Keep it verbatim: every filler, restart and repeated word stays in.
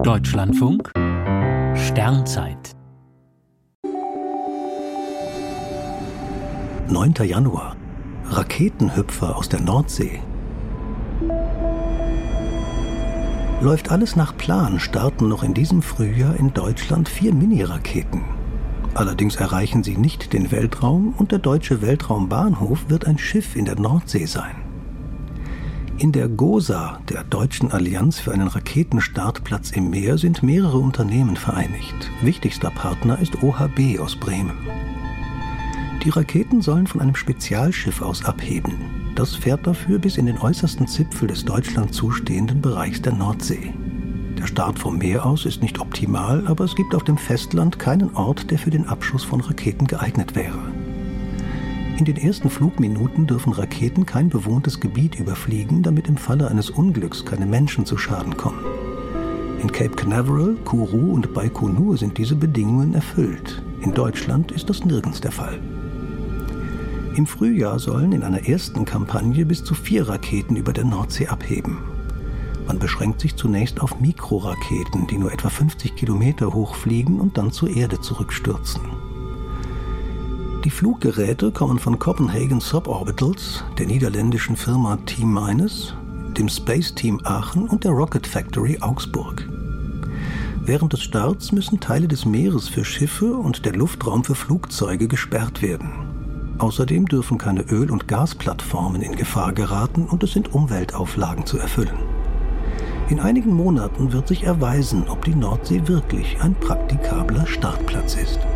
Deutschlandfunk Sternzeit neunter Januar. Raketenhüpfer aus der Nordsee. Läuft alles nach Plan, starten noch in diesem Frühjahr in Deutschland vier Mini-Raketen. Allerdings erreichen sie nicht den Weltraum und der deutsche Weltraumbahnhof wird ein Schiff in der Nordsee sein. In der GOSA, der Deutschen Allianz für einen Raketenstartplatz im Meer, sind mehrere Unternehmen vereinigt. Wichtigster Partner ist O H B aus Bremen. Die Raketen sollen von einem Spezialschiff aus abheben. Das fährt dafür bis in den äußersten Zipfel des Deutschland zustehenden Bereichs der Nordsee. Der Start vom Meer aus ist nicht optimal, aber es gibt auf dem Festland keinen Ort, der für den Abschuss von Raketen geeignet wäre. In den ersten Flugminuten dürfen Raketen kein bewohntes Gebiet überfliegen, damit im Falle eines Unglücks keine Menschen zu Schaden kommen. In Cape Canaveral, Kourou und Baikonur sind diese Bedingungen erfüllt. In Deutschland ist das nirgends der Fall. Im Frühjahr sollen in einer ersten Kampagne bis zu vier Raketen über der Nordsee abheben. Man beschränkt sich zunächst auf Mikroraketen, die nur etwa fünfzig Kilometer hoch fliegen und dann zur Erde zurückstürzen. Die Fluggeräte kommen von Copenhagen Suborbitals, der niederländischen Firma T-Minus, dem Space Team Aachen und der Rocket Factory Augsburg. Während des Starts müssen Teile des Meeres für Schiffe und der Luftraum für Flugzeuge gesperrt werden. Außerdem dürfen keine Öl- und Gasplattformen in Gefahr geraten und es sind Umweltauflagen zu erfüllen. In einigen Monaten wird sich erweisen, ob die Nordsee wirklich ein praktikabler Startplatz ist.